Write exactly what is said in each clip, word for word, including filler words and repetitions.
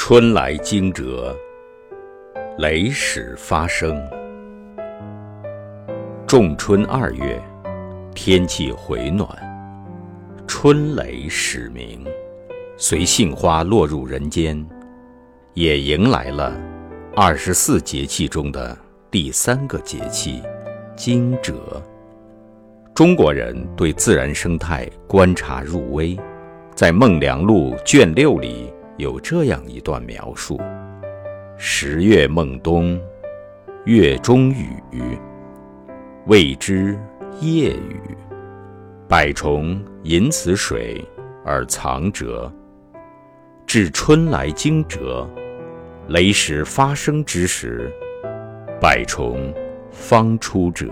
春来惊蛰，雷始发声。仲春二月，天气回暖，春雷始鸣，随杏花落入人间，也迎来了二十四节气中的第三个节气惊蛰。中国人对自然生态观察入微，在《孟良录》卷六里有这样一段描述：十月孟冬，月中雨，谓之夜雨。百虫饮此水而藏蛰。至春来惊蛰，雷始发声之时，百虫方出蛰。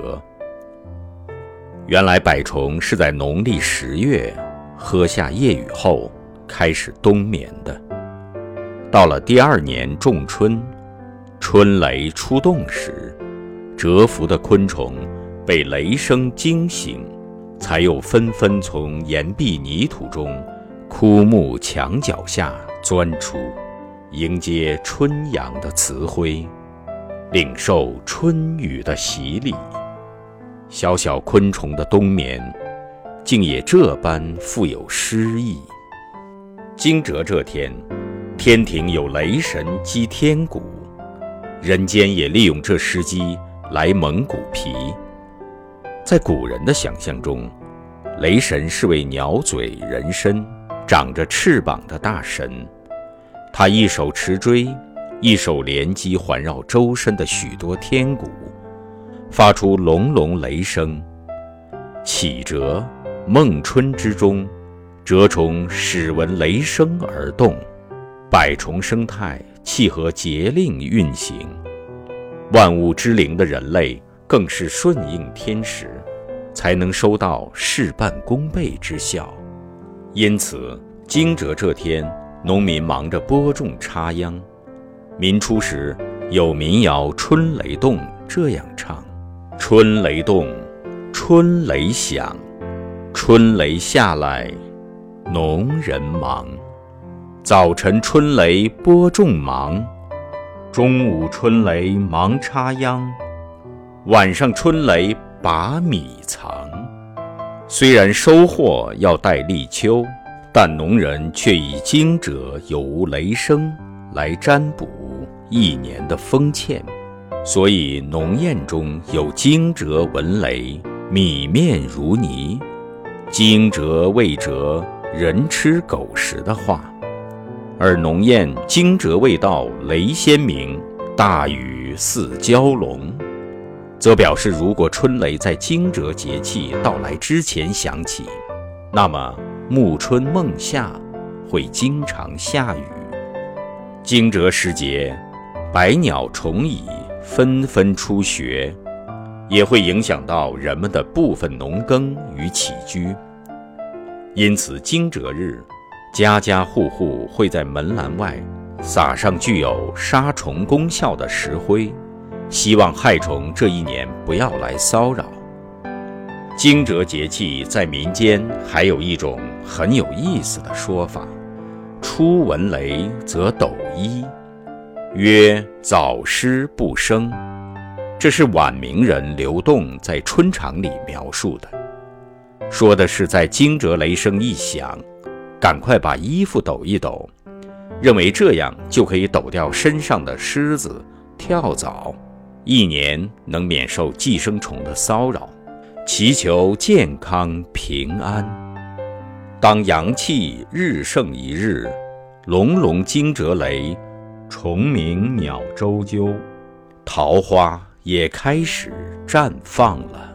原来百虫是在农历十月喝下夜雨后开始冬眠的。到了第二年仲春，春雷出动时，蛰伏的昆虫被雷声惊醒，才又纷纷从岩壁泥土中、枯木墙角下钻出，迎接春阳的慈辉，领受春雨的洗礼。小小昆虫的冬眠，竟也这般富有诗意。惊蛰这天，天庭有雷神击天鼓，人间也利用这时机来蒙鼓皮。在古人的想象中，雷神是位鸟嘴人身、长着翅膀的大神，他一手持锥，一手连击环绕周身的许多天鼓，发出隆隆雷声。启蛰，孟春之中，蛰虫始闻雷声而动，百虫生态契合节令运行，万物之灵的人类更是顺应天时，才能收到事半功倍之效。因此惊蛰这天，农民忙着播种插秧。民初时有民谣《春雷动》这样唱：春雷动，春雷响，春雷下来，农人忙。早晨春雷播种忙，中午春雷忙插秧，晚上春雷把米藏。虽然收获要待立秋，但农人却以惊蛰有无雷声来占卜一年的丰欠，所以农谚中有惊蛰闻雷，米面如泥，惊蛰未蛰，人吃狗食的话。而农谚惊蛰未到，雷先鸣，大雨似蛟龙，则表示如果春雷在惊蛰节气到来之前响起，那么暮春孟夏会经常下雨。惊蛰时节，百鸟虫蚁纷纷出穴，也会影响到人们的部分农耕与起居。因此惊蛰日，家家户户会在门栏外撒上具有杀虫功效的石灰，希望害虫这一年不要来骚扰。惊蛰节气在民间还有一种很有意思的说法：初闻雷则抖衣，曰早湿不生。这是晚明人刘栋在春场里描述的，说的是在惊蛰雷声一响，赶快把衣服抖一抖，认为这样就可以抖掉身上的虱子、跳蚤，一年能免受寄生虫的骚扰，祈求健康平安。当阳气日盛一日，隆隆惊蛰雷，虫鸣鸟啁啾，桃花也开始绽放了。